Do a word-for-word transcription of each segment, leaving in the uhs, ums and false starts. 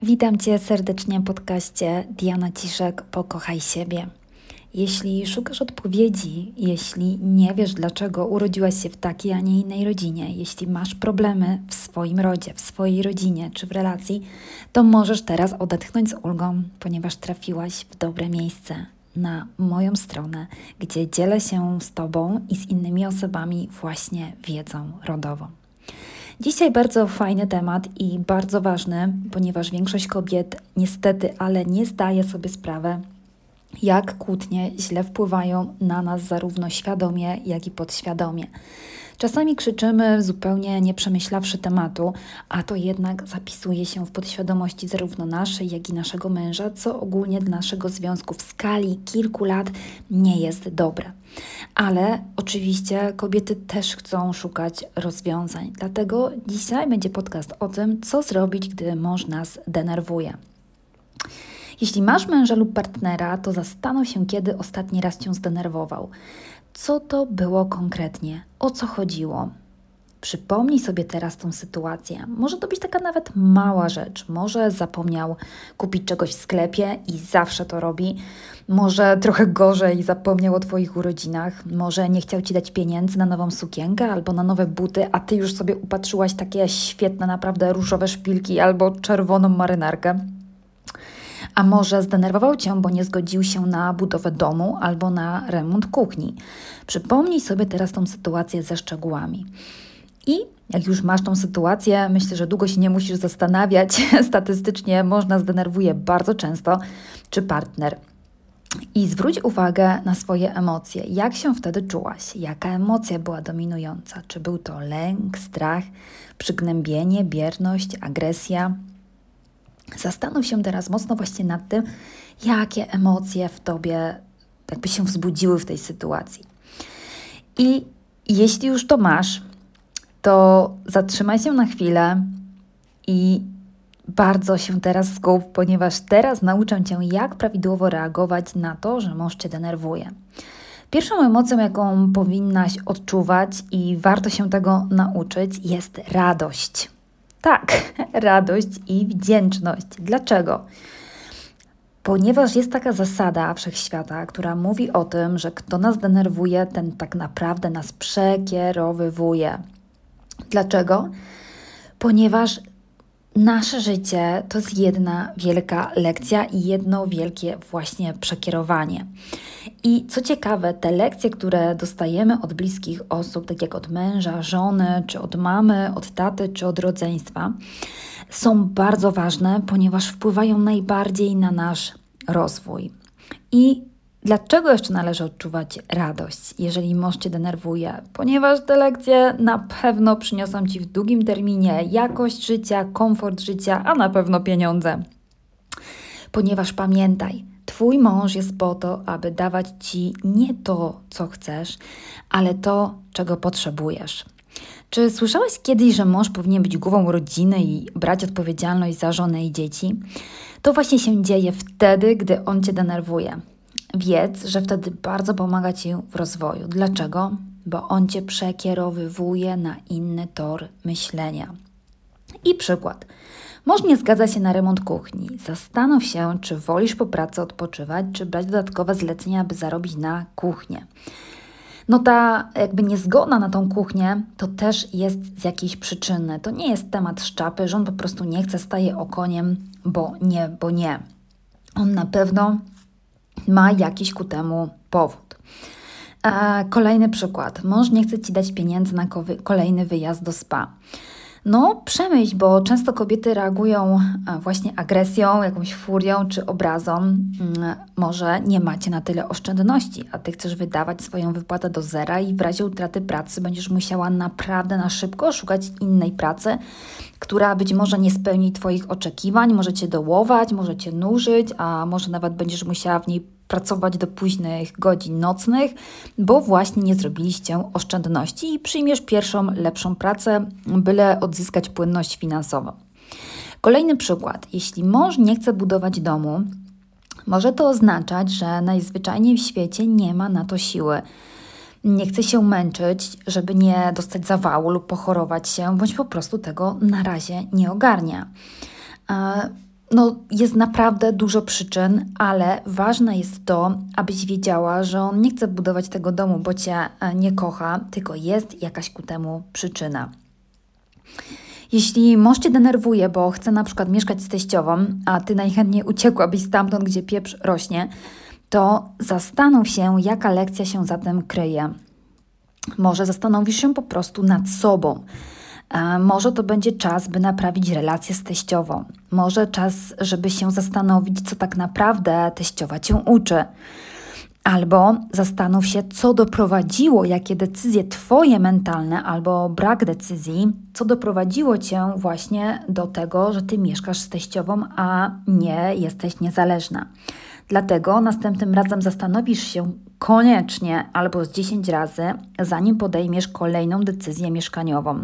Witam Cię serdecznie w podcaście Diana Ciszek Pokochaj siebie. Jeśli szukasz odpowiedzi, jeśli nie wiesz, dlaczego urodziłaś się w takiej, a nie innej rodzinie, jeśli masz problemy w swoim rodzie, w swojej rodzinie czy w relacji, to możesz teraz odetchnąć z ulgą, ponieważ trafiłaś w dobre miejsce, na moją stronę, gdzie dzielę się z Tobą i z innymi osobami właśnie wiedzą rodową. Dzisiaj bardzo fajny temat i bardzo ważny, ponieważ większość kobiet niestety, ale nie zdaje sobie sprawy, jak kłótnie źle wpływają na nas zarówno świadomie, jak i podświadomie. Czasami krzyczymy zupełnie nie przemyślawszy tematu, a to jednak zapisuje się w podświadomości zarówno naszej, jak i naszego męża, co ogólnie dla naszego związku w skali kilku lat nie jest dobre. Ale oczywiście kobiety też chcą szukać rozwiązań, dlatego dzisiaj będzie podcast o tym, co zrobić, gdy mąż nas denerwuje. Jeśli masz męża lub partnera, to zastanów się, kiedy ostatni raz Cię zdenerwował. Co to było konkretnie? O co chodziło? Przypomnij sobie teraz tą sytuację. Może to być taka nawet mała rzecz. Może zapomniał kupić czegoś w sklepie i zawsze to robi. Może trochę gorzej zapomniał o Twoich urodzinach. Może nie chciał Ci dać pieniędzy na nową sukienkę albo na nowe buty, a Ty już sobie upatrzyłaś takie świetne, naprawdę różowe szpilki albo czerwoną marynarkę. A może zdenerwował Cię, bo nie zgodził się na budowę domu albo na remont kuchni. Przypomnij sobie teraz tą sytuację ze szczegółami. I jak już masz tą sytuację, myślę, że długo się nie musisz zastanawiać. Statystycznie mąż nas denerwuje bardzo często, czy partner. I zwróć uwagę na swoje emocje. Jak się wtedy czułaś? Jaka emocja była dominująca? Czy był to lęk, strach, przygnębienie, bierność, agresja? Zastanów się teraz mocno właśnie nad tym, jakie emocje w Tobie jakby się wzbudziły w tej sytuacji. I jeśli już to masz, to zatrzymaj się na chwilę i bardzo się teraz skup, ponieważ teraz nauczę Cię, jak prawidłowo reagować na to, że mąż Cię denerwuje. Pierwszą emocją, jaką powinnaś odczuwać i warto się tego nauczyć, jest radość. Tak, radość i wdzięczność. Dlaczego? Ponieważ jest taka zasada wszechświata, która mówi o tym, że kto nas denerwuje, ten tak naprawdę nas przekierowywuje. Dlaczego? Ponieważ nasze życie to jest jedna wielka lekcja i jedno wielkie właśnie przekierowanie. I co ciekawe, te lekcje, które dostajemy od bliskich osób, tak jak od męża, żony, czy od mamy, od taty, czy od rodzeństwa, są bardzo ważne, ponieważ wpływają najbardziej na nasz rozwój. I dlaczego jeszcze należy odczuwać radość, jeżeli mąż Cię denerwuje? Ponieważ te lekcje na pewno przyniosą Ci w długim terminie jakość życia, komfort życia, a na pewno pieniądze. Ponieważ pamiętaj, Twój mąż jest po to, aby dawać Ci nie to, co chcesz, ale to, czego potrzebujesz. Czy słyszałeś kiedyś, że mąż powinien być głową rodziny i brać odpowiedzialność za żonę i dzieci? To właśnie się dzieje wtedy, gdy on Cię denerwuje. Wiedz, że wtedy bardzo pomaga Ci w rozwoju. Dlaczego? Bo on Cię przekierowywuje na inny tor myślenia. I przykład. Mąż nie zgadza się na remont kuchni. Zastanów się, czy wolisz po pracy odpoczywać, czy brać dodatkowe zlecenia, aby zarobić na kuchnię. No ta jakby niezgoda na tą kuchnię to też jest z jakiejś przyczyny. To nie jest temat szczapy, że on po prostu nie chce, staje okoniem, bo nie, bo nie. On na pewno ma jakiś ku temu powód. E, kolejny przykład. Mąż nie chce Ci dać pieniędzy na kolejny wyjazd do spa. No przemyśl, bo często kobiety reagują właśnie agresją, jakąś furią czy obrazą. Może nie macie na tyle oszczędności, a Ty chcesz wydawać swoją wypłatę do zera i w razie utraty pracy będziesz musiała naprawdę na szybko szukać innej pracy, która być może nie spełni Twoich oczekiwań, może Cię dołować, może Cię nużyć, a może nawet będziesz musiała w niej pracować do późnych godzin nocnych, bo właśnie nie zrobiliście oszczędności i przyjmiesz pierwszą, lepszą pracę, byle odzyskać płynność finansową. Kolejny przykład. Jeśli mąż nie chce budować domu, może to oznaczać, że najzwyczajniej w świecie nie ma na to siły. Nie chce się męczyć, żeby nie dostać zawału lub pochorować się, bądź po prostu tego na razie nie ogarnia. no, jest naprawdę dużo przyczyn, ale ważne jest to, abyś wiedziała, że on nie chce budować tego domu, bo Cię nie kocha, tylko jest jakaś ku temu przyczyna. Jeśli mąż Cię denerwuje, bo chce na przykład mieszkać z teściową, a Ty najchętniej uciekłabyś stamtąd, gdzie pieprz rośnie, to zastanów się, jaka lekcja się za tym kryje. Może zastanowisz się po prostu nad sobą. E, może to będzie czas, by naprawić relację z teściową. Może czas, żeby się zastanowić, co tak naprawdę teściowa Cię uczy. Albo zastanów się, co doprowadziło, jakie decyzje Twoje mentalne albo brak decyzji, co doprowadziło Cię właśnie do tego, że Ty mieszkasz z teściową, a nie jesteś niezależna. Dlatego następnym razem zastanowisz się koniecznie albo z dziesięć razy, zanim podejmiesz kolejną decyzję mieszkaniową.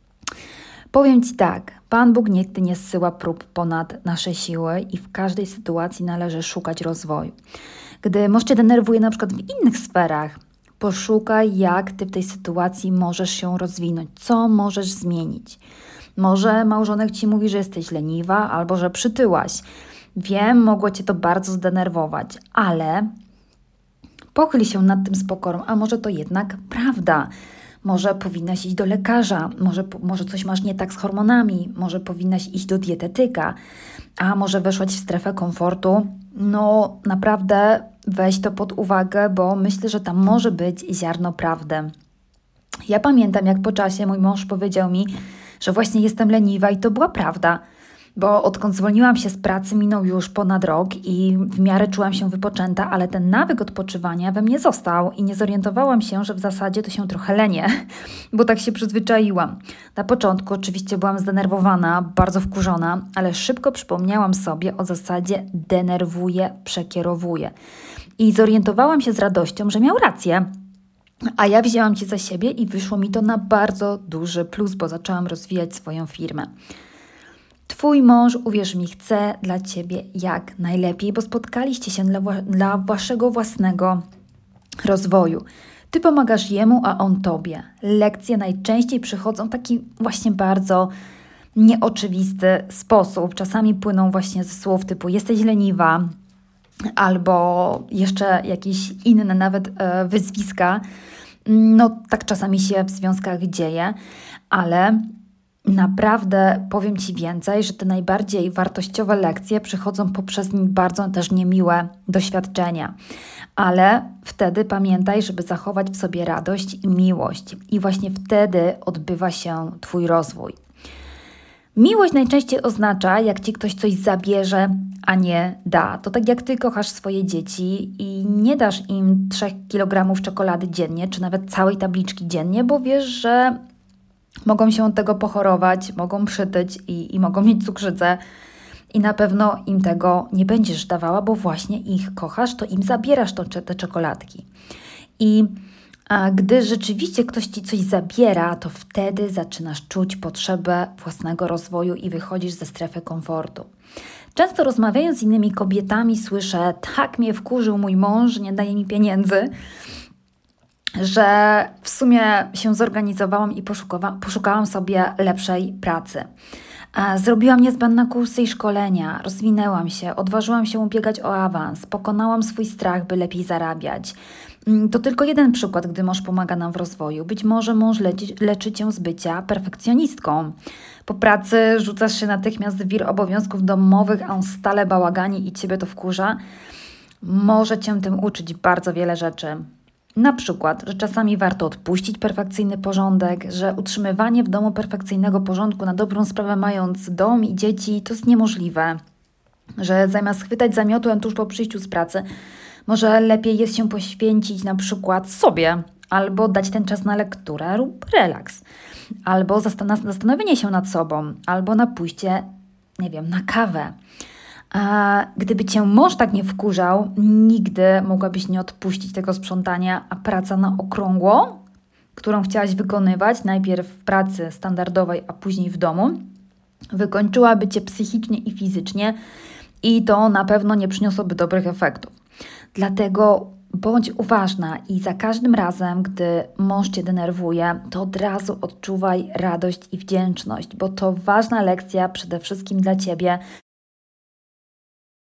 Powiem Ci tak, Pan Bóg nigdy nie zsyła prób ponad nasze siły i w każdej sytuacji należy szukać rozwoju. Gdy mąż Cię denerwuje na przykład w innych sferach, poszukaj, jak Ty w tej sytuacji możesz się rozwinąć, co możesz zmienić. Może małżonek Ci mówi, że jesteś leniwa albo że przytyłaś. Wiem, mogło Cię to bardzo zdenerwować, ale pochyl się nad tym z pokorą, a może to jednak prawda. Może powinnaś iść do lekarza, może, może coś masz nie tak z hormonami, może powinnaś iść do dietetyka, a może weszłaś w strefę komfortu. No naprawdę weź to pod uwagę, bo myślę, że tam może być ziarno prawdy. Ja pamiętam, jak po czasie mój mąż powiedział mi, że właśnie jestem leniwa i to była prawda, bo odkąd zwolniłam się z pracy minął już ponad rok i w miarę czułam się wypoczęta, ale ten nawyk odpoczywania we mnie został i nie zorientowałam się, że w zasadzie to się trochę lenię, bo tak się przyzwyczaiłam. Na początku oczywiście byłam zdenerwowana, bardzo wkurzona, ale szybko przypomniałam sobie o zasadzie denerwuję, przekierowuję. I zorientowałam się z radością, że miał rację. A ja wzięłam Cię za siebie i wyszło mi to na bardzo duży plus, bo zaczęłam rozwijać swoją firmę. Twój mąż, uwierz mi, chce dla Ciebie jak najlepiej, bo spotkaliście się dla, dla Waszego własnego rozwoju. Ty pomagasz Jemu, a On Tobie. Lekcje najczęściej przychodzą w taki właśnie bardzo nieoczywisty sposób. Czasami płyną właśnie ze słów typu jesteś leniwa, albo jeszcze jakieś inne nawet e, wyzwiska. No tak czasami się w związkach dzieje, ale naprawdę powiem Ci więcej, że te najbardziej wartościowe lekcje przychodzą poprzez bardzo też niemiłe doświadczenia. Ale wtedy pamiętaj, żeby zachować w sobie radość i miłość. I właśnie wtedy odbywa się Twój rozwój. Miłość najczęściej oznacza, jak Ci ktoś coś zabierze, a nie da. To tak jak Ty kochasz swoje dzieci i nie dasz im trzech kilogramów czekolady dziennie, czy nawet całej tabliczki dziennie, bo wiesz, że mogą się od tego pochorować, mogą przytyć i, i mogą mieć cukrzycę i na pewno im tego nie będziesz dawała, bo właśnie ich kochasz, to im zabierasz to, te czekoladki. I a gdy rzeczywiście ktoś Ci coś zabiera, to wtedy zaczynasz czuć potrzebę własnego rozwoju i wychodzisz ze strefy komfortu. Często rozmawiając z innymi kobietami słyszę, tak mnie wkurzył mój mąż, nie daje mi pieniędzy, że w sumie się zorganizowałam i poszukałam, poszukałam sobie lepszej pracy. Zrobiłam niezbędne kursy i szkolenia, rozwinęłam się, odważyłam się ubiegać o awans, pokonałam swój strach, by lepiej zarabiać. To tylko jeden przykład, gdy mąż pomaga nam w rozwoju. Być może mąż leczy, leczy Cię z bycia perfekcjonistką. Po pracy rzucasz się natychmiast w wir obowiązków domowych, a on stale bałagani i Ciebie to wkurza. Może Cię tym uczyć bardzo wiele rzeczy. Na przykład, że czasami warto odpuścić perfekcyjny porządek, że utrzymywanie w domu perfekcyjnego porządku na dobrą sprawę mając dom i dzieci to jest niemożliwe. Że zamiast chwytać za miotłę tuż po przyjściu z pracy, może lepiej jest się poświęcić na przykład sobie, albo dać ten czas na lekturę lub relaks, albo zastanowienie się nad sobą, albo na pójście, nie wiem, na kawę. A gdyby Cię mąż tak nie wkurzał, nigdy mogłabyś nie odpuścić tego sprzątania, a praca na okrągło, którą chciałaś wykonywać, najpierw w pracy standardowej, a później w domu, wykończyłaby Cię psychicznie i fizycznie i to na pewno nie przyniosłoby dobrych efektów. Dlatego bądź uważna i za każdym razem, gdy mąż Cię denerwuje, to od razu odczuwaj radość i wdzięczność, bo to ważna lekcja przede wszystkim dla Ciebie,